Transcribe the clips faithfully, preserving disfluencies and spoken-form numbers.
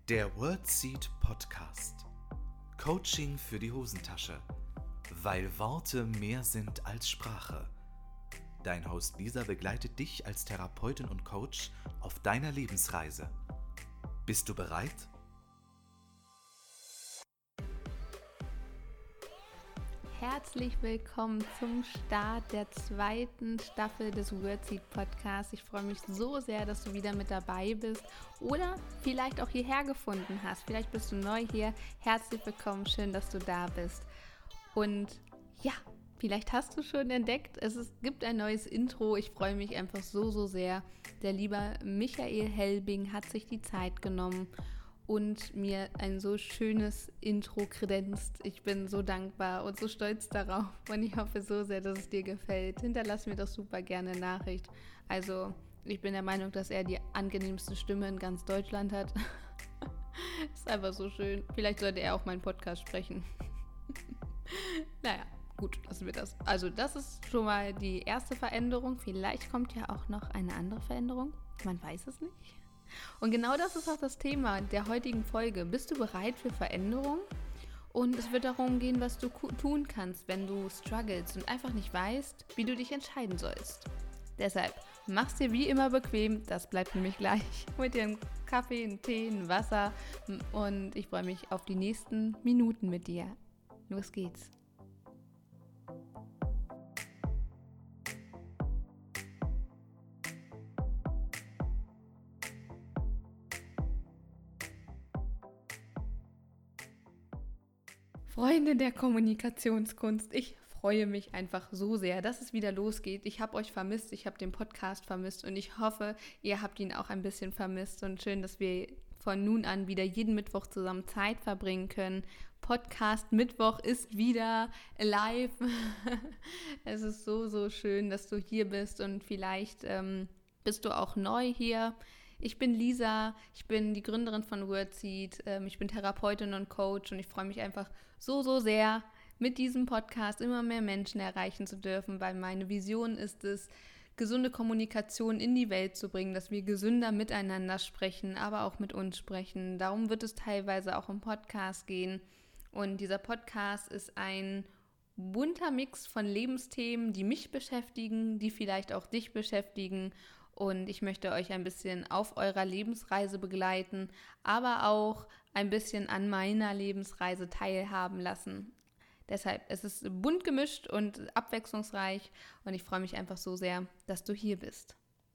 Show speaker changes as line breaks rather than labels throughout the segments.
Der WordSeed Podcast. Coaching für die Hosentasche. Weil Worte mehr sind als Sprache. Dein Host Lisa begleitet dich als Therapeutin und Coach auf deiner Lebensreise. Bist du bereit?
Herzlich willkommen zum Start der zweiten Staffel des WordSeed Podcasts. Ich freue mich so sehr, dass du wieder mit dabei bist oder vielleicht auch hierher gefunden hast. Vielleicht bist du neu hier. Herzlich willkommen, schön, dass du da bist. Und ja, vielleicht hast du schon entdeckt, es ist, gibt ein neues Intro. Ich freue mich einfach so, so sehr. Der liebe Michael Helbing hat sich die Zeit genommen und mir ein so schönes Intro kredenzt. Ich bin so dankbar und so stolz darauf und ich hoffe so sehr, dass es dir gefällt. Hinterlass mir doch super gerne eine Nachricht. Also ich bin der Meinung, dass er die angenehmste Stimme in ganz Deutschland hat. Ist einfach so schön. Vielleicht sollte er auch meinen Podcast sprechen. Naja, gut, lassen wir das. Also das ist schon mal die erste Veränderung. Vielleicht kommt ja auch noch eine andere Veränderung. Man weiß es nicht. Und genau das ist auch das Thema der heutigen Folge. Bist du bereit für Veränderung? Und es wird darum gehen, was du tun kannst, wenn du struggles und einfach nicht weißt, wie du dich entscheiden sollst. Deshalb, mach's dir wie immer bequem, das bleibt nämlich gleich, mit dir einen Kaffee, einen Tee, ein Wasser und ich freue mich auf die nächsten Minuten mit dir. Los geht's. Freunde der Kommunikationskunst, ich freue mich einfach so sehr, dass es wieder losgeht. Ich habe euch vermisst, ich habe den Podcast vermisst und ich hoffe, ihr habt ihn auch ein bisschen vermisst und schön, dass wir von nun an wieder jeden Mittwoch zusammen Zeit verbringen können. Podcast Mittwoch ist wieder live. Es ist so, so schön, dass du hier bist und vielleicht ähm, bist du auch neu hier. Ich bin Lisa, ich bin die Gründerin von WordSeed, ähm, ich bin Therapeutin und Coach und ich freue mich einfach so, so sehr, mit diesem Podcast immer mehr Menschen erreichen zu dürfen, weil meine Vision ist es, gesunde Kommunikation in die Welt zu bringen, dass wir gesünder miteinander sprechen, aber auch mit uns sprechen. Darum wird es teilweise auch im Podcast gehen. Und dieser Podcast ist ein bunter Mix von Lebensthemen, die mich beschäftigen, die vielleicht auch dich beschäftigen. Und ich möchte euch ein bisschen auf eurer Lebensreise begleiten, aber auch ein bisschen an meiner Lebensreise teilhaben lassen. Deshalb, es ist bunt gemischt und abwechslungsreich und ich freue mich einfach so sehr, dass du hier bist.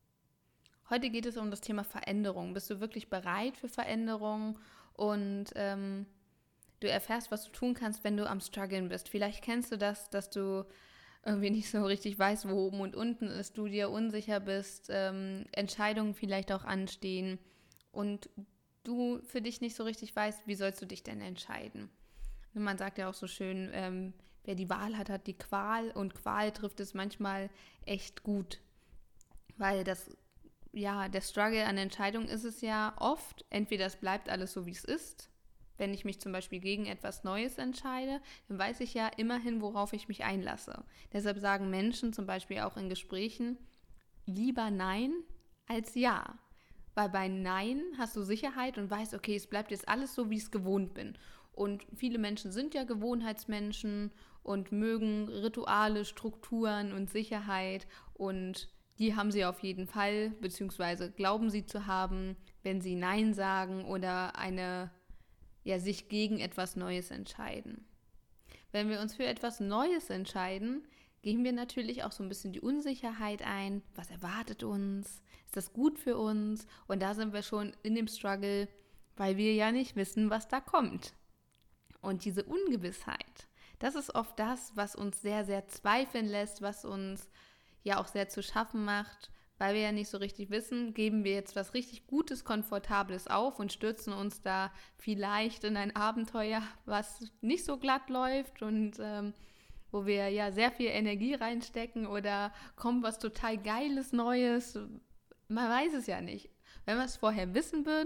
Heute geht es um das Thema Veränderung. Bist du wirklich bereit für Veränderung? Und ähm, du erfährst, was du tun kannst, wenn du am Struggeln bist. Vielleicht kennst du das, dass du irgendwie nicht so richtig weißt, wo oben und unten ist, du dir unsicher bist, ähm, Entscheidungen vielleicht auch anstehen und du für dich nicht so richtig weißt, wie sollst du dich denn entscheiden? Und man sagt ja auch so schön, ähm, wer die Wahl hat, hat die Qual und Qual trifft es manchmal echt gut, weil das, ja, der Struggle an Entscheidungen ist es ja oft, entweder es bleibt alles so, wie es ist. Wenn ich mich zum Beispiel gegen etwas Neues entscheide, dann weiß ich ja immerhin, worauf ich mich einlasse. Deshalb sagen Menschen zum Beispiel auch in Gesprächen lieber Nein als Ja. Weil bei Nein hast du Sicherheit und weißt, okay, es bleibt jetzt alles so, wie ich es gewohnt bin. Und viele Menschen sind ja Gewohnheitsmenschen und mögen Rituale, Strukturen und Sicherheit und die haben sie auf jeden Fall, beziehungsweise glauben sie zu haben, wenn sie Nein sagen oder eine ja, sich gegen etwas Neues entscheiden. Wenn wir uns für etwas Neues entscheiden, gehen wir natürlich auch so ein bisschen die Unsicherheit ein. Was erwartet uns? Ist das gut für uns? Und da sind wir schon in dem Struggle, weil wir ja nicht wissen, was da kommt. Und diese Ungewissheit, das ist oft das, was uns sehr, sehr zweifeln lässt, was uns ja auch sehr zu schaffen macht. Weil wir ja nicht so richtig wissen, geben wir jetzt was richtig Gutes, Komfortables auf und stürzen uns da vielleicht in ein Abenteuer, was nicht so glatt läuft und ähm, wo wir ja sehr viel Energie reinstecken oder kommt was total Geiles, Neues. Man weiß es ja nicht. Wenn wir es vorher wissen würden,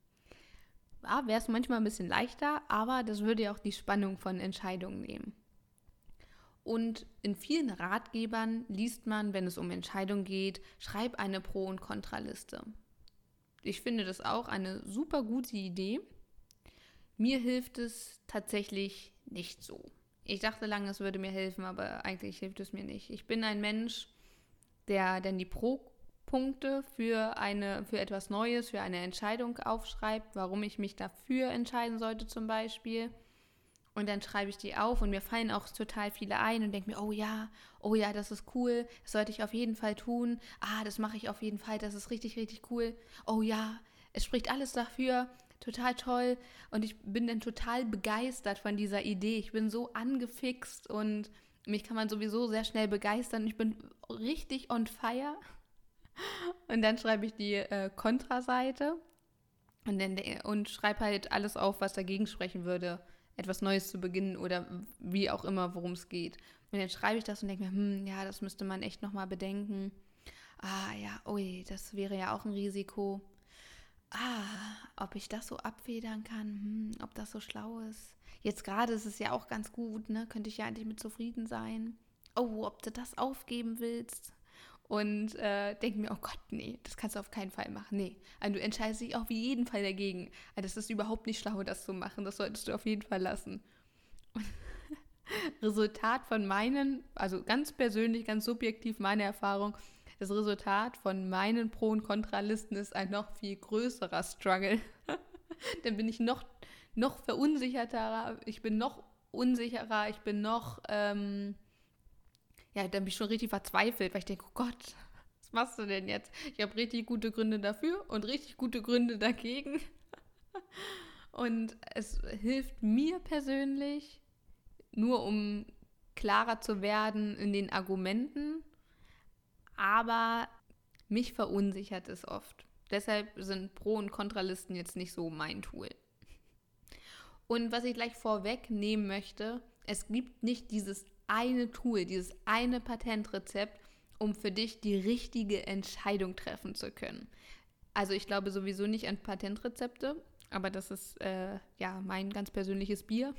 ja, wäre es manchmal ein bisschen leichter, aber das würde ja auch die Spannung von Entscheidungen nehmen. Und in vielen Ratgebern liest man, wenn es um Entscheidungen geht, schreib eine Pro- und Kontraliste. ich finde das auch eine super gute Idee. Mir hilft es tatsächlich nicht so. Ich dachte lange, es würde mir helfen, aber eigentlich hilft es mir nicht. Ich bin ein Mensch, der dann die Pro-Punkte für, eine, für etwas Neues, für eine Entscheidung aufschreibt, warum ich mich dafür entscheiden sollte zum Beispiel. Und dann schreibe ich die auf und mir fallen auch total viele ein und denke mir, oh ja, oh ja, das ist cool, das sollte ich auf jeden Fall tun. Ah, das mache ich auf jeden Fall, das ist richtig, richtig cool. Oh ja, es spricht alles dafür, total toll. Und ich bin dann total begeistert von dieser Idee. Ich bin so angefixt und mich kann man sowieso sehr schnell begeistern. Ich bin richtig on fire. Und dann schreibe ich die äh, Kontraseite und, dann, und schreibe halt alles auf, was dagegen sprechen würde, etwas Neues zu beginnen oder wie auch immer, worum es geht. Und dann schreibe ich das und denke mir, hm, ja, das müsste man echt nochmal bedenken. Ah, ja, ui, das wäre ja auch ein Risiko. Ah, ob ich das so abfedern kann, hm, ob das so schlau ist. Jetzt gerade ist es ja auch ganz gut, ne? Könnte ich ja eigentlich mit zufrieden sein. Oh, ob du das aufgeben willst. Und äh, denke mir, oh Gott, nee, das kannst du auf keinen Fall machen. Nee, also du entscheidest dich auf jeden Fall dagegen. Also das ist überhaupt nicht schlau, das zu machen. Das solltest du auf jeden Fall lassen. Und Resultat von meinen, also ganz persönlich, ganz subjektiv meine Erfahrung, das Resultat von meinen Pro- und Kontralisten ist ein noch viel größerer Struggle. Dann bin ich noch, noch verunsicherter, ich bin noch unsicherer, ich bin noch... Ähm, Ja, dann bin ich schon richtig verzweifelt, weil ich denke, oh Gott, was machst du denn jetzt? Ich habe richtig gute Gründe dafür und richtig gute Gründe dagegen. Und es hilft mir persönlich, nur um klarer zu werden in den Argumenten, aber mich verunsichert es oft. Deshalb sind Pro- und Kontralisten jetzt nicht so mein Tool. Und was ich gleich vorwegnehmen möchte, es gibt nicht dieses eine Tool, dieses eine Patentrezept, um für dich die richtige Entscheidung treffen zu können. Also ich glaube sowieso nicht an Patentrezepte, aber das ist äh, ja mein ganz persönliches Bier.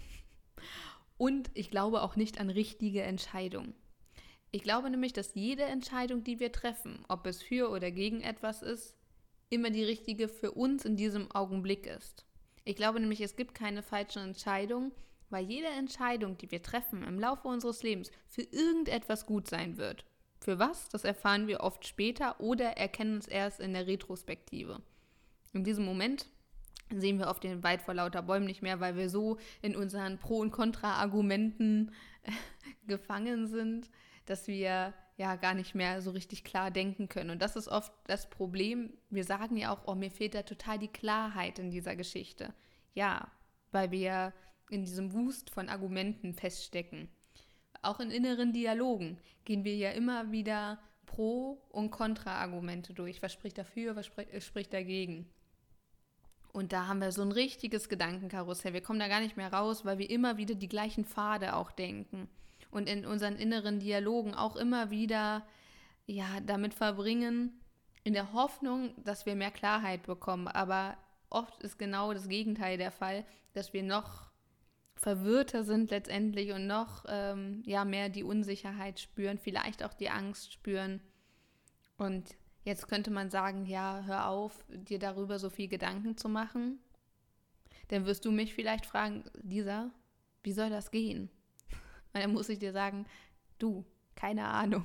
Und ich glaube auch nicht an richtige Entscheidungen. Ich glaube nämlich, dass jede Entscheidung, die wir treffen, ob es für oder gegen etwas ist, immer die richtige für uns in diesem Augenblick ist. Ich glaube nämlich, es gibt keine falschen Entscheidungen, weil jede Entscheidung, die wir treffen im Laufe unseres Lebens, für irgendetwas gut sein wird. Für was? Das erfahren wir oft später oder erkennen es erst in der Retrospektive. In diesem Moment sehen wir oft den Wald vor lauter Bäumen nicht mehr, weil wir so in unseren Pro- und Kontra-Argumenten äh, gefangen sind, dass wir ja gar nicht mehr so richtig klar denken können. Und das ist oft das Problem. Wir sagen ja auch, oh, mir fehlt da total die Klarheit in dieser Geschichte. Ja, weil wir in diesem Wust von Argumenten feststecken. Auch in inneren Dialogen gehen wir ja immer wieder Pro- und Kontra-Argumente durch. Was spricht dafür, was spricht dagegen? Und da haben wir so ein richtiges Gedankenkarussell. Wir kommen da gar nicht mehr raus, weil wir immer wieder die gleichen Pfade auch denken. Und in unseren inneren Dialogen auch immer wieder ja, damit verbringen, in der Hoffnung, dass wir mehr Klarheit bekommen. Aber oft ist genau das Gegenteil der Fall, dass wir noch verwirrter sind letztendlich und noch ähm, ja, mehr die Unsicherheit spüren, vielleicht auch die Angst spüren. Und jetzt könnte man sagen, ja, hör auf, dir darüber so viel Gedanken zu machen. Dann wirst du mich vielleicht fragen, Lisa, wie soll das gehen? Und dann muss ich dir sagen, du, keine Ahnung.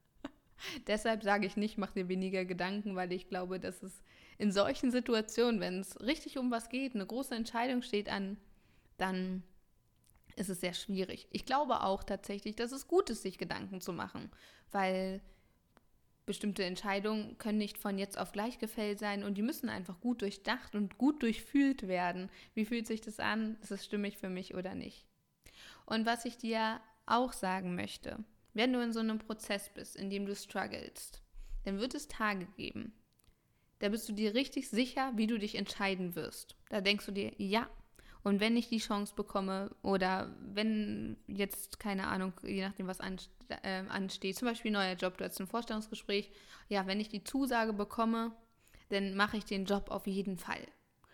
Deshalb sage ich nicht, mach dir weniger Gedanken, weil ich glaube, dass es in solchen Situationen, wenn es richtig um was geht, eine große Entscheidung steht an, dann ist es sehr schwierig. Ich glaube auch tatsächlich, dass es gut ist, sich Gedanken zu machen, weil bestimmte Entscheidungen können nicht von jetzt auf gleich gefällt sein und die müssen einfach gut durchdacht und gut durchfühlt werden. Wie fühlt sich das an? Ist es stimmig für mich oder nicht? Und was ich dir auch sagen möchte, wenn du in so einem Prozess bist, in dem du strugglest, dann wird es Tage geben, da bist du dir richtig sicher, wie du dich entscheiden wirst. Da denkst du dir, ja, und wenn ich die Chance bekomme oder wenn jetzt, keine Ahnung, je nachdem, was ansteht, zum Beispiel ein neuer Job, du hast ein Vorstellungsgespräch, ja, wenn ich die Zusage bekomme, dann mache ich den Job auf jeden Fall.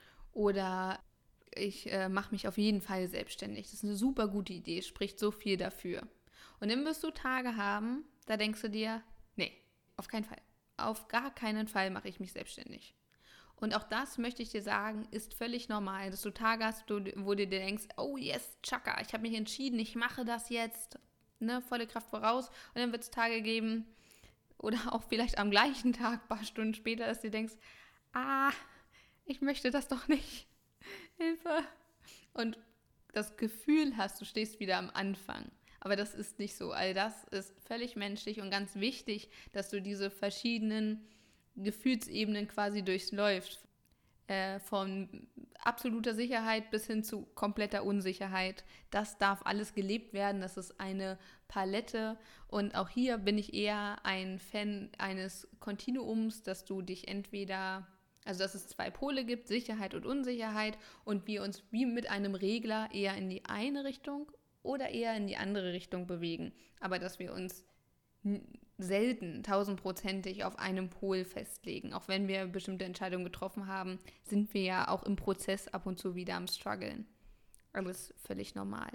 Oder ich äh, mache mich auf jeden Fall selbstständig. Das ist eine super gute Idee, spricht so viel dafür. Und dann wirst du Tage haben, da denkst du dir, nee, auf keinen Fall. Auf gar keinen Fall mache ich mich selbstständig. Und auch das, möchte ich dir sagen, ist völlig normal, dass du Tage hast, wo du dir denkst, oh yes, Chaka, ich habe mich entschieden, ich mache das jetzt, ne, volle Kraft voraus. Und dann wird es Tage geben, oder auch vielleicht am gleichen Tag, ein paar Stunden später, dass du denkst, ah, ich möchte das doch nicht. Hilfe. Und das Gefühl hast, du stehst wieder am Anfang. Aber das ist nicht so. All das ist völlig menschlich und ganz wichtig, dass du diese verschiedenen Gefühlsebenen quasi durchläufst. Äh, von absoluter Sicherheit bis hin zu kompletter Unsicherheit. Das darf alles gelebt werden. Das ist eine Palette. Und auch hier bin ich eher ein Fan eines Kontinuums, dass du dich entweder, also dass es zwei Pole gibt, Sicherheit und Unsicherheit, und wir uns wie mit einem Regler eher in die eine Richtung oder eher in die andere Richtung bewegen. Aber dass wir uns selten tausendprozentig auf einem Pol festlegen. Auch wenn wir bestimmte Entscheidungen getroffen haben, sind wir ja auch im Prozess ab und zu wieder am Struggeln. Alles völlig normal.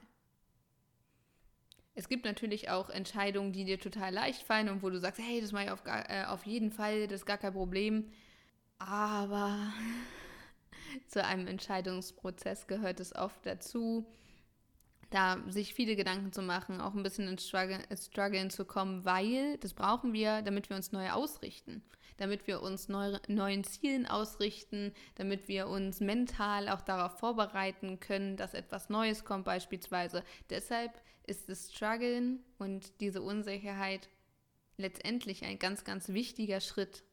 Es gibt natürlich auch Entscheidungen, die dir total leicht fallen und wo du sagst, hey, das mache ich auf, gar, äh, auf jeden Fall, das ist gar kein Problem. Aber zu einem Entscheidungsprozess gehört es oft dazu, da sich viele Gedanken zu machen, auch ein bisschen ins Struggle, ins Struggeln zu kommen, weil das brauchen wir, damit wir uns neu ausrichten, damit wir uns neu, neuen Zielen ausrichten, damit wir uns mental auch darauf vorbereiten können, dass etwas Neues kommt beispielsweise. Deshalb ist das Struggeln und diese Unsicherheit letztendlich ein ganz, ganz wichtiger Schritt.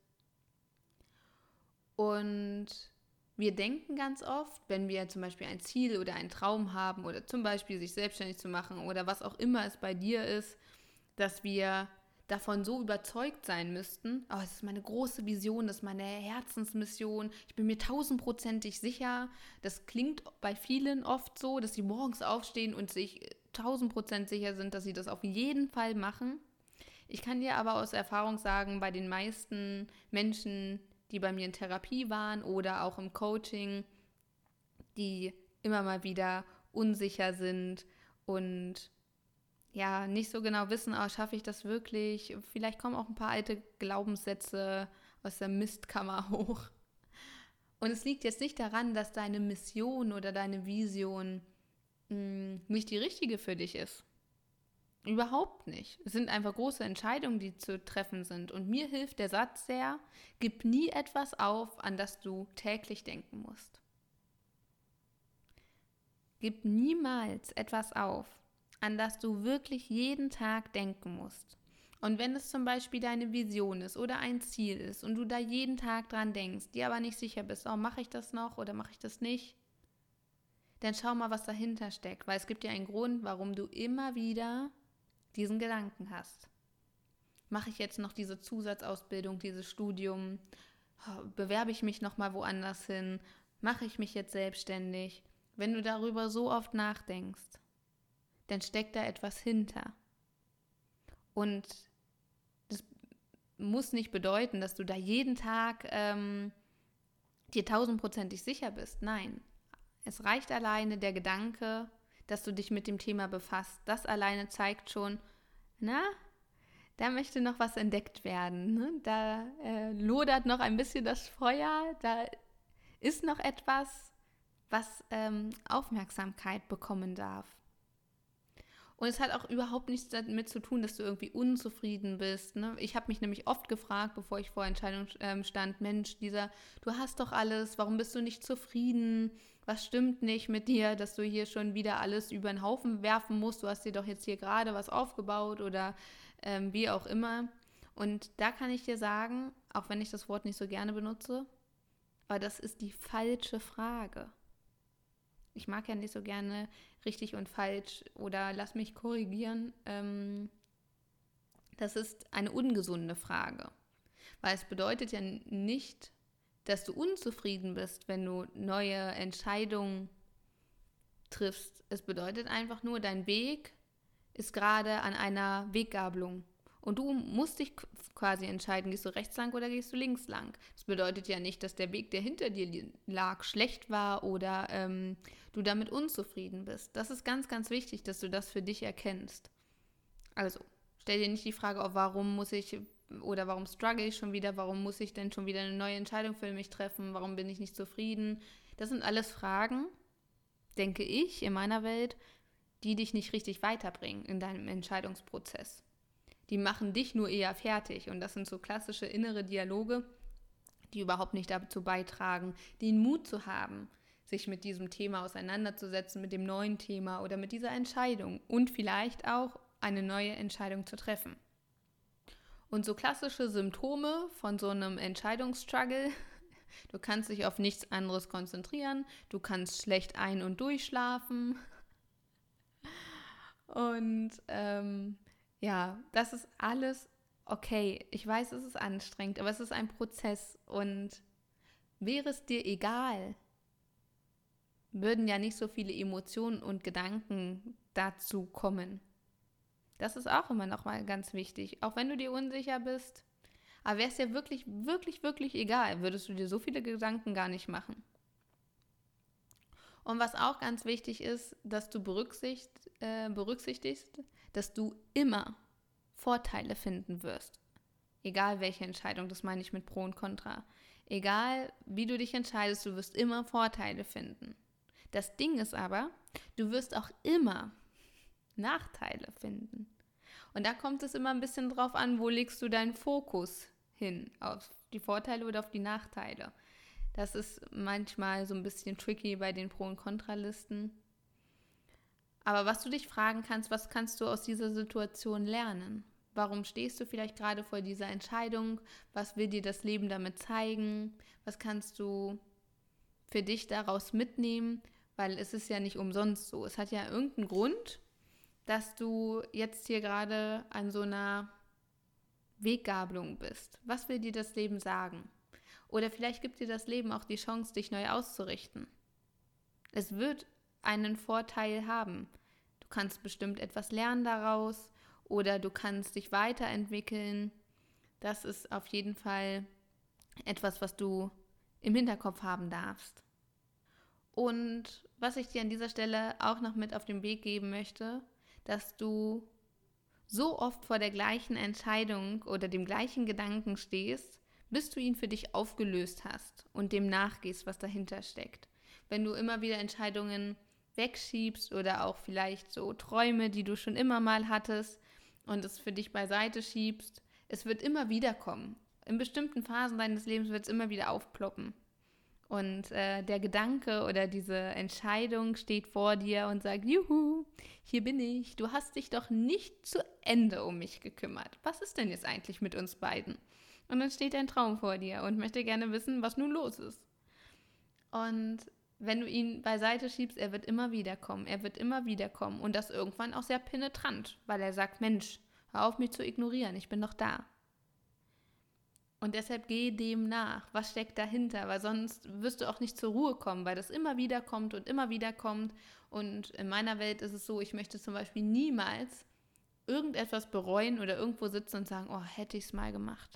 Und wir denken ganz oft, wenn wir zum Beispiel ein Ziel oder einen Traum haben oder zum Beispiel sich selbstständig zu machen oder was auch immer es bei dir ist, dass wir davon so überzeugt sein müssten, oh, das ist meine große Vision, das ist meine Herzensmission, ich bin mir tausendprozentig sicher. Das klingt bei vielen oft so, dass sie morgens aufstehen und sich tausendprozent sicher sind, dass sie das auf jeden Fall machen. Ich kann dir aber aus Erfahrung sagen, bei den meisten Menschen, die bei mir in Therapie waren oder auch im Coaching, die immer mal wieder unsicher sind und ja, nicht so genau wissen, oh, schaffe ich das wirklich? Vielleicht kommen auch ein paar alte Glaubenssätze aus der Mistkammer hoch. Und es liegt jetzt nicht daran, dass deine Mission oder deine Vision mh, nicht die richtige für dich ist. Überhaupt nicht. Es sind einfach große Entscheidungen, die zu treffen sind. Und mir hilft der Satz sehr, gib nie etwas auf, an das du täglich denken musst. Gib niemals etwas auf, an das du wirklich jeden Tag denken musst. Und wenn es zum Beispiel deine Vision ist oder ein Ziel ist und du da jeden Tag dran denkst, dir aber nicht sicher bist, oh, mache ich das noch oder mache ich das nicht, dann schau mal, was dahinter steckt. Weil es gibt ja einen Grund, warum du immer wieder diesen Gedanken hast. Mache ich jetzt noch diese Zusatzausbildung, dieses Studium? Bewerbe ich mich nochmal woanders hin? Mache ich mich jetzt selbstständig? Wenn du darüber so oft nachdenkst, dann steckt da etwas hinter. Und das muss nicht bedeuten, dass du da jeden Tag ähm, dir tausendprozentig sicher bist. Nein, es reicht alleine der Gedanke, dass du dich mit dem Thema befasst. Das alleine zeigt schon, na, da möchte noch was entdeckt werden. Ne? Da äh, lodert noch ein bisschen das Feuer, da ist noch etwas, was ähm, Aufmerksamkeit bekommen darf. Und es hat auch überhaupt nichts damit zu tun, dass du irgendwie unzufrieden bist. Ne? Ich habe mich nämlich oft gefragt, bevor ich vor Entscheidung ähm, stand, Mensch, Lisa, du hast doch alles, warum bist du nicht zufrieden? Was stimmt nicht mit dir, dass du hier schon wieder alles über den Haufen werfen musst? Du hast dir doch jetzt hier gerade was aufgebaut oder ähm, wie auch immer. Und da kann ich dir sagen, auch wenn ich das Wort nicht so gerne benutze, aber das ist die falsche Frage. Ich mag ja nicht so gerne richtig und falsch oder lass mich korrigieren. Ähm, das ist eine ungesunde Frage, weil es bedeutet ja nicht, dass du unzufrieden bist, wenn du neue Entscheidungen triffst. Es bedeutet einfach nur, dein Weg ist gerade an einer Weggabelung. Und du musst dich quasi entscheiden, gehst du rechts lang oder gehst du links lang. Das bedeutet ja nicht, dass der Weg, der hinter dir lag, schlecht war oder ähm, du damit unzufrieden bist. Das ist ganz, ganz wichtig, dass du das für dich erkennst. Also, stell dir nicht die Frage, oh, warum muss ich oder warum struggle ich schon wieder, warum muss ich denn schon wieder eine neue Entscheidung für mich treffen, warum bin ich nicht zufrieden? Das sind alles Fragen, denke ich, in meiner Welt, die dich nicht richtig weiterbringen in deinem Entscheidungsprozess. Die machen dich nur eher fertig und das sind so klassische innere Dialoge, die überhaupt nicht dazu beitragen, den Mut zu haben, sich mit diesem Thema auseinanderzusetzen, mit dem neuen Thema oder mit dieser Entscheidung und vielleicht auch eine neue Entscheidung zu treffen. Und so klassische Symptome von so einem Entscheidungsstruggle, du kannst dich auf nichts anderes konzentrieren, du kannst schlecht ein- und durchschlafen und ähm, ja, das ist alles okay. Ich weiß, es ist anstrengend, aber es ist ein Prozess und wäre es dir egal, würden ja nicht so viele Emotionen und Gedanken dazu kommen. Das ist auch immer noch mal ganz wichtig, auch wenn du dir unsicher bist. Aber wäre es dir wirklich, wirklich, wirklich egal, würdest du dir so viele Gedanken gar nicht machen. Und was auch ganz wichtig ist, dass du berücksicht, äh, berücksichtigst, dass du immer Vorteile finden wirst. Egal welche Entscheidung, das meine ich mit Pro und Contra. Egal wie du dich entscheidest, du wirst immer Vorteile finden. Das Ding ist aber, du wirst auch immer Nachteile finden. Und da kommt es immer ein bisschen drauf an, wo legst du deinen Fokus hin, auf die Vorteile oder auf die Nachteile. Das ist manchmal so ein bisschen tricky bei den Pro- und Kontralisten. Aber was du dich fragen kannst, was kannst du aus dieser Situation lernen? Warum stehst du vielleicht gerade vor dieser Entscheidung? Was will dir das Leben damit zeigen? Was kannst du für dich daraus mitnehmen? Weil es ist ja nicht umsonst so. Es hat ja irgendeinen Grund, dass du jetzt hier gerade an so einer Weggabelung bist. Was will dir das Leben sagen? Oder vielleicht gibt dir das Leben auch die Chance, dich neu auszurichten. Es wird einen Vorteil haben. Du kannst bestimmt etwas lernen daraus oder du kannst dich weiterentwickeln. Das ist auf jeden Fall etwas, was du im Hinterkopf haben darfst. Und was ich dir an dieser Stelle auch noch mit auf den Weg geben möchte, dass du so oft vor der gleichen Entscheidung oder dem gleichen Gedanken stehst, bis du ihn für dich aufgelöst hast und dem nachgehst, was dahinter steckt. Wenn du immer wieder Entscheidungen wegschiebst oder auch vielleicht so Träume, die du schon immer mal hattest und es für dich beiseite schiebst, es wird immer wieder kommen. In bestimmten Phasen deines Lebens wird es immer wieder aufploppen. Und äh, der Gedanke oder diese Entscheidung steht vor dir und sagt, juhu, hier bin ich, du hast dich doch nicht zu Ende um mich gekümmert. Was ist denn jetzt eigentlich mit uns beiden? Und dann steht ein Traum vor dir und möchte gerne wissen, was nun los ist. Und wenn du ihn beiseite schiebst, er wird immer wieder kommen, er wird immer wieder kommen und das irgendwann auch sehr penetrant, weil er sagt, Mensch, hör auf mich zu ignorieren, ich bin doch da. Und deshalb geh dem nach, was steckt dahinter, weil sonst wirst du auch nicht zur Ruhe kommen, weil das immer wieder kommt und immer wieder kommt. Und in meiner Welt ist es so, ich möchte zum Beispiel niemals irgendetwas bereuen oder irgendwo sitzen und sagen, oh, hätte ich es mal gemacht.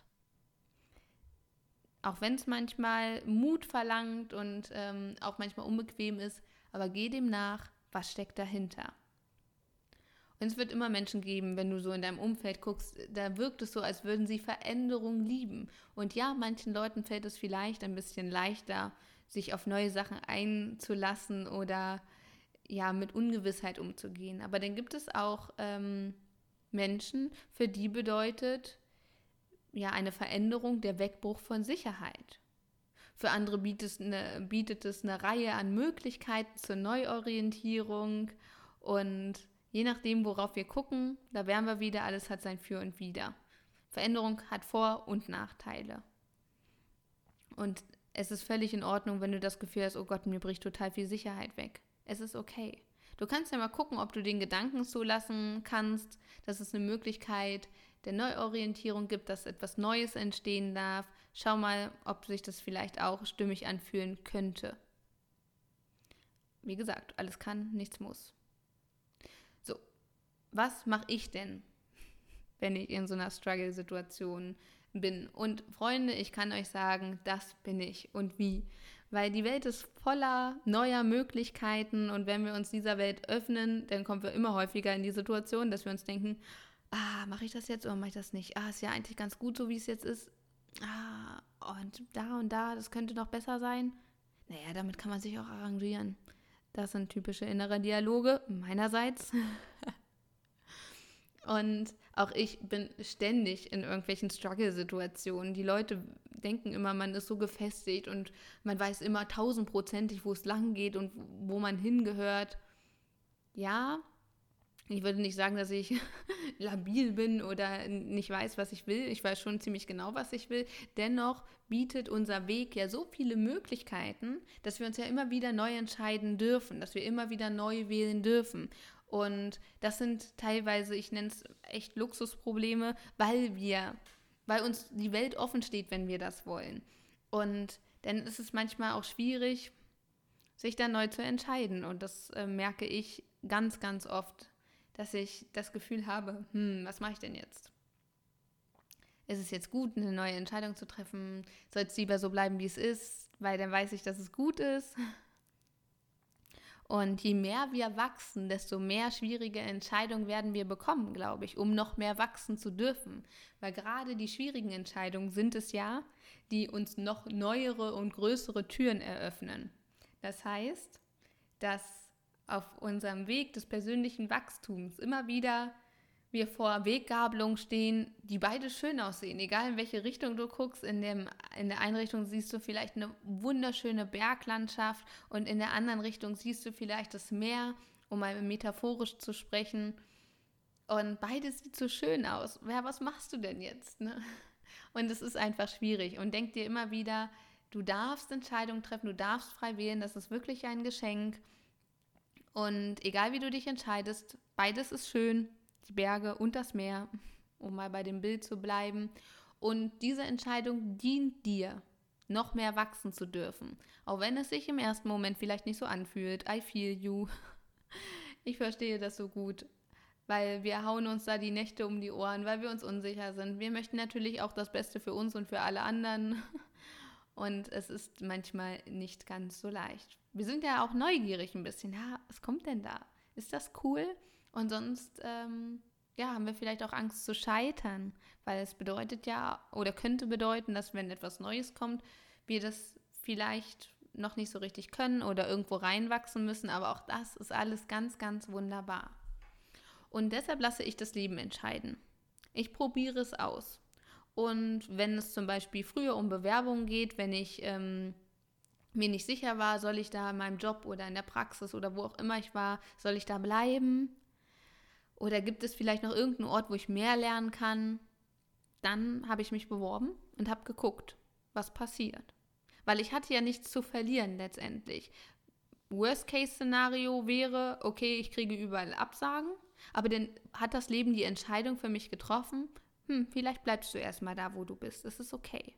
Auch wenn es manchmal Mut verlangt und ähm, auch manchmal unbequem ist, aber geh dem nach, was steckt dahinter. Und es wird immer Menschen geben, wenn du so in deinem Umfeld guckst, da wirkt es so, als würden sie Veränderung lieben. Und ja, manchen Leuten fällt es vielleicht ein bisschen leichter, sich auf neue Sachen einzulassen oder ja, mit Ungewissheit umzugehen. Aber dann gibt es auch ähm, Menschen, für die bedeutet ja eine Veränderung der Wegbruch von Sicherheit. Für andere bietet es eine, bietet es eine Reihe an Möglichkeiten zur Neuorientierung und je nachdem, worauf wir gucken, da wären wir wieder, alles hat sein Für und Wider. Veränderung hat Vor- und Nachteile. Und es ist völlig in Ordnung, wenn du das Gefühl hast, oh Gott, mir bricht total viel Sicherheit weg. Es ist okay. Du kannst ja mal gucken, ob du den Gedanken zulassen kannst, dass es eine Möglichkeit der Neuorientierung gibt, dass etwas Neues entstehen darf. Schau mal, ob sich das vielleicht auch stimmig anfühlen könnte. Wie gesagt, alles kann, nichts muss. So, was mache ich denn, wenn ich in so einer Struggle-Situation bin? Und Freunde, ich kann euch sagen, das bin ich. Und wie? Weil die Welt ist voller neuer Möglichkeiten und wenn wir uns dieser Welt öffnen, dann kommen wir immer häufiger in die Situation, dass wir uns denken, ah, mache ich das jetzt oder mache ich das nicht? Ah, ist ja eigentlich ganz gut, so wie es jetzt ist. Ah, und da und da, das könnte noch besser sein. Naja, damit kann man sich auch arrangieren. Das sind typische innere Dialoge meinerseits. Und auch ich bin ständig in irgendwelchen Struggle-Situationen. Die Leute denken immer, man ist so gefestigt und man weiß immer tausendprozentig, wo es lang geht und wo man hingehört. Ja, ich würde nicht sagen, dass ich labil bin oder nicht weiß, was ich will. Ich weiß schon ziemlich genau, was ich will. Dennoch bietet unser Weg ja so viele Möglichkeiten, dass wir uns ja immer wieder neu entscheiden dürfen, dass wir immer wieder neu wählen dürfen. Und das sind teilweise, ich nenne es echt Luxusprobleme, weil wir, weil uns die Welt offen steht, wenn wir das wollen. Und dann ist es manchmal auch schwierig, sich dann neu zu entscheiden. Und das äh, merke ich ganz, ganz oft, dass ich das Gefühl habe, hm, was mache ich denn jetzt? Ist es jetzt gut, eine neue Entscheidung zu treffen? Soll es lieber so bleiben, wie es ist? Weil dann weiß ich, dass es gut ist. Und je mehr wir wachsen, desto mehr schwierige Entscheidungen werden wir bekommen, glaube ich, um noch mehr wachsen zu dürfen. Weil gerade die schwierigen Entscheidungen sind es ja, die uns noch neuere und größere Türen eröffnen. Das heißt, dass auf unserem Weg des persönlichen Wachstums immer wieder wir vor Weggabelungen stehen, die beide schön aussehen. Egal in welche Richtung du guckst, in, dem, in der einen Richtung siehst du vielleicht eine wunderschöne Berglandschaft und in der anderen Richtung siehst du vielleicht das Meer, um mal metaphorisch zu sprechen. Und beides sieht so schön aus. Ja, was machst du denn jetzt? Ne? Und es ist einfach schwierig. Und denk dir immer wieder, du darfst Entscheidungen treffen, du darfst frei wählen, das ist wirklich ein Geschenk. Und egal wie du dich entscheidest, beides ist schön. Die Berge und das Meer, um mal bei dem Bild zu bleiben. Und diese Entscheidung dient dir, noch mehr wachsen zu dürfen. Auch wenn es sich im ersten Moment vielleicht nicht so anfühlt. I feel you. Ich verstehe das so gut, weil wir hauen uns da die Nächte um die Ohren, weil wir uns unsicher sind. Wir möchten natürlich auch das Beste für uns und für alle anderen. Und es ist manchmal nicht ganz so leicht. Wir sind ja auch neugierig ein bisschen. Ja, was kommt denn da? Ist das cool? Und sonst ähm, ja, haben wir vielleicht auch Angst zu scheitern, weil es bedeutet ja oder könnte bedeuten, dass wenn etwas Neues kommt, wir das vielleicht noch nicht so richtig können oder irgendwo reinwachsen müssen. Aber auch das ist alles ganz, ganz wunderbar. Und deshalb lasse ich das Leben entscheiden. Ich probiere es aus. Und wenn es zum Beispiel früher um Bewerbungen geht, wenn ich ähm, mir nicht sicher war, soll ich da in meinem Job oder in der Praxis oder wo auch immer ich war, soll ich da bleiben? Oder gibt es vielleicht noch irgendeinen Ort, wo ich mehr lernen kann? Dann habe ich mich beworben und habe geguckt, was passiert. Weil ich hatte ja nichts zu verlieren letztendlich. Worst-Case-Szenario wäre, okay, ich kriege überall Absagen, aber dann hat das Leben die Entscheidung für mich getroffen, hm, vielleicht bleibst du erstmal da, wo du bist, das ist okay.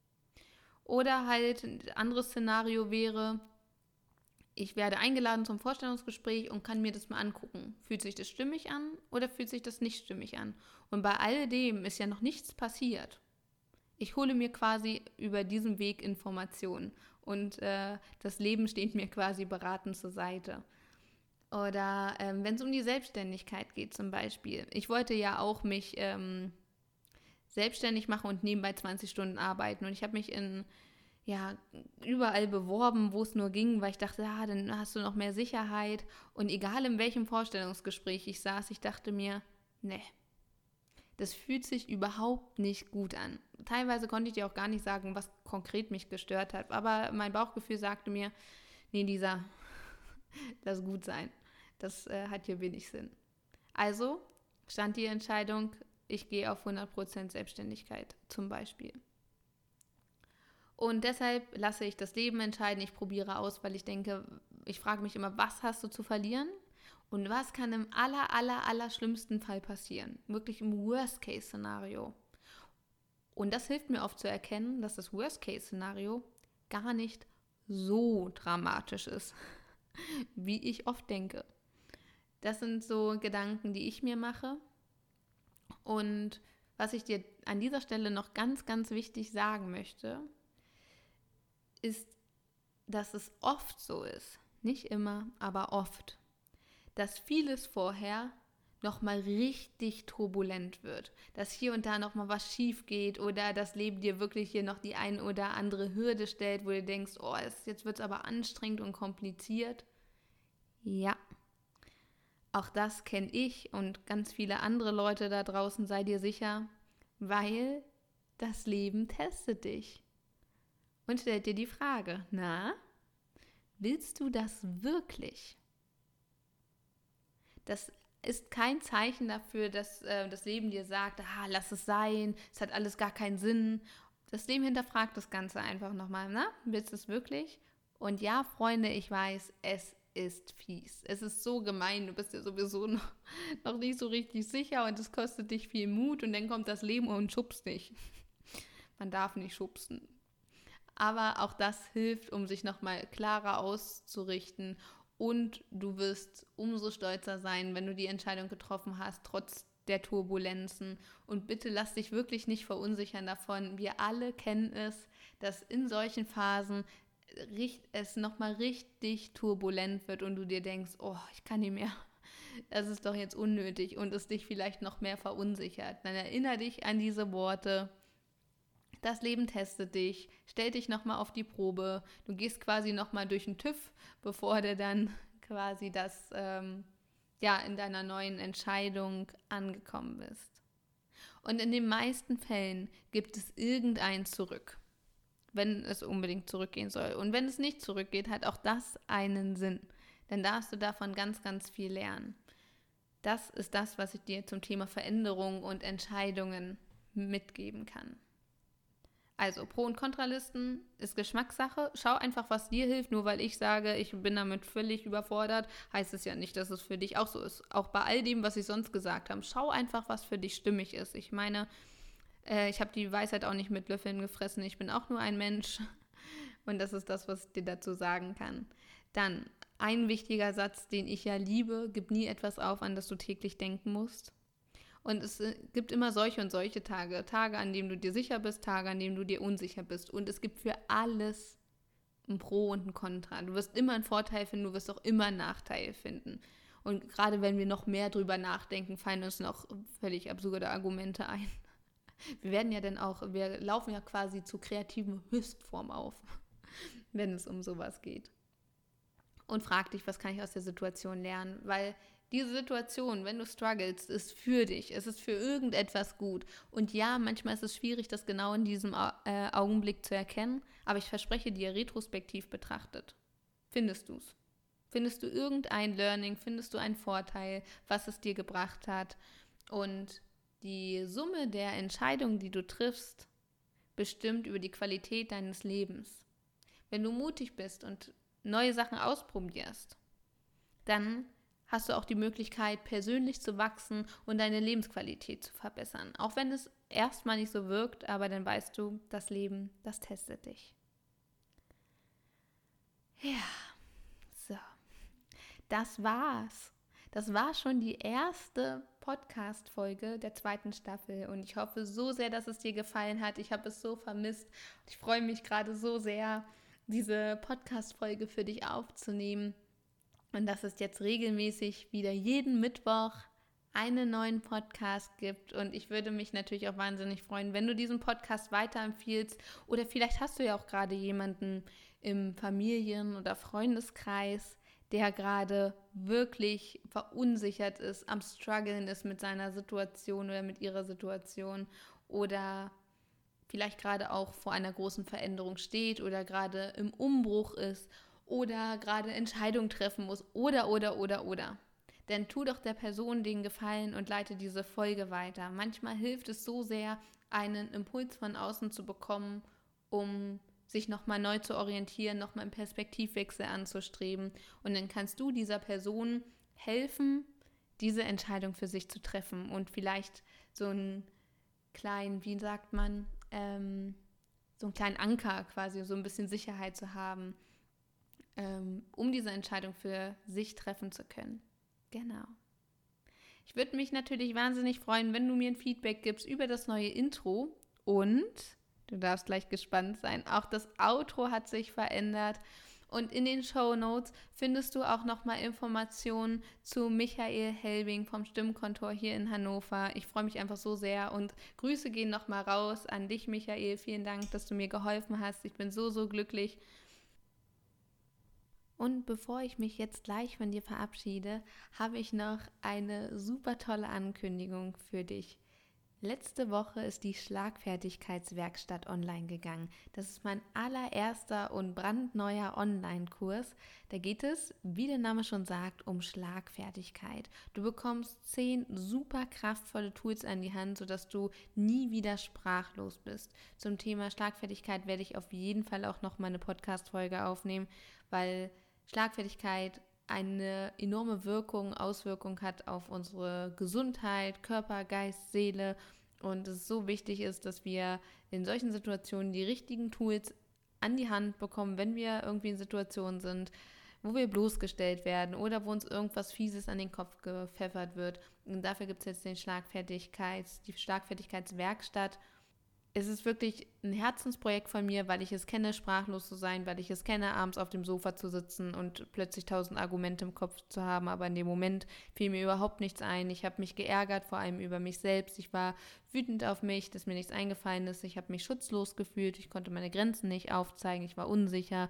Oder halt ein anderes Szenario wäre, ich werde eingeladen zum Vorstellungsgespräch und kann mir das mal angucken. Fühlt sich das stimmig an oder fühlt sich das nicht stimmig an? Und bei all dem ist ja noch nichts passiert. Ich hole mir quasi über diesen Weg Informationen und äh, das Leben steht mir quasi beratend zur Seite. Oder ähm, wenn es um die Selbstständigkeit geht zum Beispiel. Ich wollte ja auch mich ähm, selbstständig machen und nebenbei zwanzig Stunden arbeiten. Und ich habe mich in ja, überall beworben, wo es nur ging, weil ich dachte, ja, dann hast du noch mehr Sicherheit. Und egal in welchem Vorstellungsgespräch ich saß, ich dachte mir, nee, das fühlt sich überhaupt nicht gut an. Teilweise konnte ich dir auch gar nicht sagen, was konkret mich gestört hat. Aber mein Bauchgefühl sagte mir, nee, Lisa, lass gut sein. Das äh, hat hier wenig Sinn. Also stand die Entscheidung, ich gehe auf hundert Prozent Selbstständigkeit zum Beispiel. Und deshalb lasse ich das Leben entscheiden. Ich probiere aus, weil ich denke, ich frage mich immer, was hast du zu verlieren? Und was kann im aller, aller, aller schlimmsten Fall passieren? Wirklich im Worst-Case-Szenario. Und das hilft mir oft zu erkennen, dass das Worst-Case-Szenario gar nicht so dramatisch ist, wie ich oft denke. Das sind so Gedanken, die ich mir mache. Und was ich dir an dieser Stelle noch ganz, ganz wichtig sagen möchte, ist, dass es oft so ist, nicht immer, aber oft, dass vieles vorher nochmal richtig turbulent wird, dass hier und da nochmal was schief geht oder das Leben dir wirklich hier noch die ein oder andere Hürde stellt, wo du denkst, oh, jetzt wird es aber anstrengend und kompliziert. Ja, auch das kenne ich und ganz viele andere Leute da draußen, sei dir sicher, weil das Leben testet dich und stellt dir die Frage, na, willst du das wirklich? Das ist kein Zeichen dafür, dass äh, das Leben dir sagt, ah, lass es sein, es hat alles gar keinen Sinn. Das Leben hinterfragt das Ganze einfach nochmal, na, willst du es wirklich? Und ja, Freunde, ich weiß, es ist fies. Es ist so gemein, du bist ja sowieso noch, noch nicht so richtig sicher und es kostet dich viel Mut und dann kommt das Leben und schubst dich. Man darf nicht schubsen. Aber auch das hilft, um sich nochmal klarer auszurichten. Und du wirst umso stolzer sein, wenn du die Entscheidung getroffen hast, trotz der Turbulenzen. Und bitte lass dich wirklich nicht verunsichern davon. Wir alle kennen es, dass in solchen Phasen es nochmal richtig turbulent wird und du dir denkst, oh, ich kann nicht mehr. Das ist doch jetzt unnötig und es dich vielleicht noch mehr verunsichert. Dann erinnere dich an diese Worte. Das Leben testet dich, stellt dich nochmal auf die Probe. Du gehst quasi nochmal durch den TÜV, bevor du dann quasi das, ähm, ja, in deiner neuen Entscheidung angekommen bist. Und in den meisten Fällen gibt es irgendein Zurück, wenn es unbedingt zurückgehen soll. Und wenn es nicht zurückgeht, hat auch das einen Sinn. Dann darfst du davon ganz, ganz viel lernen. Das ist das, was ich dir zum Thema Veränderung und Entscheidungen mitgeben kann. Also Pro- und Kontralisten ist Geschmackssache. Schau einfach, was dir hilft. Nur weil ich sage, ich bin damit völlig überfordert, heißt es ja nicht, dass es für dich auch so ist. Auch bei all dem, was ich sonst gesagt habe. Schau einfach, was für dich stimmig ist. Ich meine, äh, ich habe die Weisheit auch nicht mit Löffeln gefressen. Ich bin auch nur ein Mensch. Und das ist das, was ich dir dazu sagen kann. Dann ein wichtiger Satz, den ich ja liebe: Gib nie etwas auf, an das du täglich denken musst. Und es gibt immer solche und solche Tage. Tage, an denen du dir sicher bist, Tage, an denen du dir unsicher bist. Und es gibt für alles ein Pro und ein Contra. Du wirst immer einen Vorteil finden, du wirst auch immer einen Nachteil finden. Und gerade wenn wir noch mehr drüber nachdenken, fallen uns noch völlig absurde Argumente ein. Wir werden ja dann auch, wir laufen ja quasi zur kreativen Höchstform auf, wenn es um sowas geht. Und frag dich, was kann ich aus der Situation lernen? Weil diese Situation, wenn du strugglest, ist für dich. Es ist für irgendetwas gut. Und ja, manchmal ist es schwierig, das genau in diesem äh, Augenblick zu erkennen. Aber ich verspreche dir, retrospektiv betrachtet, findest du es. Findest du irgendein Learning, findest du einen Vorteil, was es dir gebracht hat. Und die Summe der Entscheidungen, die du triffst, bestimmt über die Qualität deines Lebens. Wenn du mutig bist und neue Sachen ausprobierst, dann hast du auch die Möglichkeit, persönlich zu wachsen und deine Lebensqualität zu verbessern. Auch wenn es erstmal nicht so wirkt, aber dann weißt du, das Leben, das testet dich. Ja, so. Das war's. Das war schon die erste Podcast-Folge der zweiten Staffel und ich hoffe so sehr, dass es dir gefallen hat. Ich habe es so vermisst. Ich freue mich gerade so sehr, diese Podcast-Folge für dich aufzunehmen. Und dass es jetzt regelmäßig wieder jeden Mittwoch einen neuen Podcast gibt. Und ich würde mich natürlich auch wahnsinnig freuen, wenn du diesen Podcast weiterempfiehlst. Oder vielleicht hast du ja auch gerade jemanden im Familien- oder Freundeskreis, der gerade wirklich verunsichert ist, am Struggeln ist mit seiner Situation oder mit ihrer Situation oder vielleicht gerade auch vor einer großen Veränderung steht oder gerade im Umbruch ist oder gerade Entscheidungen treffen muss oder, oder, oder, oder. Denn tu doch der Person den Gefallen und leite diese Folge weiter. Manchmal hilft es so sehr, einen Impuls von außen zu bekommen, um sich nochmal neu zu orientieren, nochmal einen Perspektivwechsel anzustreben. Und dann kannst du dieser Person helfen, diese Entscheidung für sich zu treffen und vielleicht so einen kleinen, wie sagt man, ähm, so einen kleinen Anker quasi, so ein bisschen Sicherheit zu haben, ähm, um diese Entscheidung für sich treffen zu können. Genau. Ich würde mich natürlich wahnsinnig freuen, wenn du mir ein Feedback gibst über das neue Intro und du darfst gleich gespannt sein, auch das Outro hat sich verändert Und in den Shownotes findest du auch nochmal Informationen zu Michael Helbing vom Stimmkontor hier in Hannover. Ich freue mich einfach so sehr und Grüße gehen nochmal raus an dich, Michael. Vielen Dank, dass du mir geholfen hast. Ich bin so, so glücklich. Und bevor ich mich jetzt gleich von dir verabschiede, habe ich noch eine super tolle Ankündigung für dich. Letzte Woche ist die Schlagfertigkeitswerkstatt online gegangen. Das ist mein allererster und brandneuer Online-Kurs. Da geht es, wie der Name schon sagt, um Schlagfertigkeit. Du bekommst zehn super kraftvolle Tools an die Hand, sodass du nie wieder sprachlos bist. Zum Thema Schlagfertigkeit werde ich auf jeden Fall auch noch mal eine Podcast-Folge aufnehmen, weil Schlagfertigkeit eine enorme Wirkung, Auswirkung hat auf unsere Gesundheit, Körper, Geist, Seele und es so wichtig ist, dass wir in solchen Situationen die richtigen Tools an die Hand bekommen, wenn wir irgendwie in Situationen sind, wo wir bloßgestellt werden oder wo uns irgendwas Fieses an den Kopf gepfeffert wird. Und dafür gibt es jetzt den Schlagfertigkeits, die Schlagfertigkeitswerkstatt. Es ist wirklich ein Herzensprojekt von mir, weil ich es kenne, sprachlos zu sein, weil ich es kenne, abends auf dem Sofa zu sitzen und plötzlich tausend Argumente im Kopf zu haben. Aber in dem Moment fiel mir überhaupt nichts ein. Ich habe mich geärgert, vor allem über mich selbst. Ich war wütend auf mich, dass mir nichts eingefallen ist. Ich habe mich schutzlos gefühlt. Ich konnte meine Grenzen nicht aufzeigen. Ich war unsicher.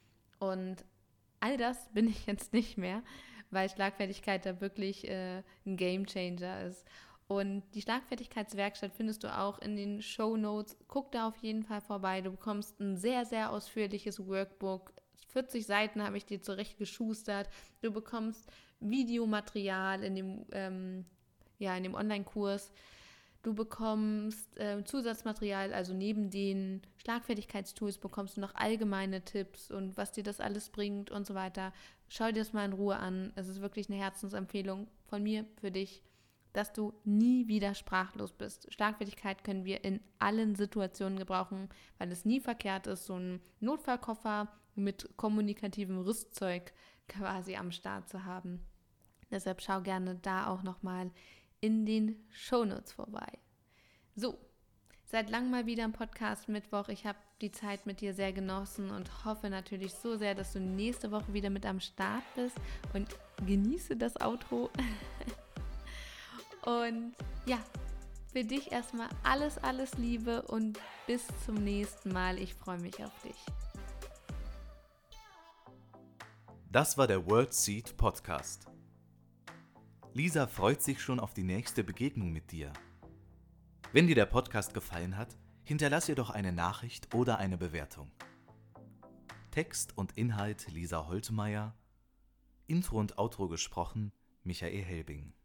Und all das bin ich jetzt nicht mehr, weil Schlagfertigkeit da wirklich äh, ein Gamechanger ist. Und die Schlagfertigkeitswerkstatt findest du auch in den Shownotes. Guck da auf jeden Fall vorbei. Du bekommst ein sehr, sehr ausführliches Workbook. vierzig Seiten habe ich dir zurecht geschustert. Du bekommst Videomaterial in dem, ähm, ja, in dem Online-Kurs. Du bekommst äh, Zusatzmaterial, also neben den Schlagfertigkeitstools bekommst du noch allgemeine Tipps und was dir das alles bringt und so weiter. Schau dir das mal in Ruhe an. Es ist wirklich eine Herzensempfehlung von mir für dich, dass du nie wieder sprachlos bist. Schlagfertigkeit können wir in allen Situationen gebrauchen, weil es nie verkehrt ist, so einen Notfallkoffer mit kommunikativem Rüstzeug quasi am Start zu haben. Deshalb schau gerne da auch nochmal in den Shownotes vorbei. So, seit langem mal wieder im Podcast Mittwoch. Ich habe die Zeit mit dir sehr genossen und hoffe natürlich so sehr, dass du nächste Woche wieder mit am Start bist und genieße das Outro. Und ja, für dich erstmal alles, alles Liebe und bis zum nächsten Mal. Ich freue mich auf dich.
Das war der World Seed Podcast. Lisa freut sich schon auf die nächste Begegnung mit dir. Wenn dir der Podcast gefallen hat, hinterlass ihr doch eine Nachricht oder eine Bewertung. Text und Inhalt Lisa Holtmeier, Intro und Outro gesprochen Michael Helbing.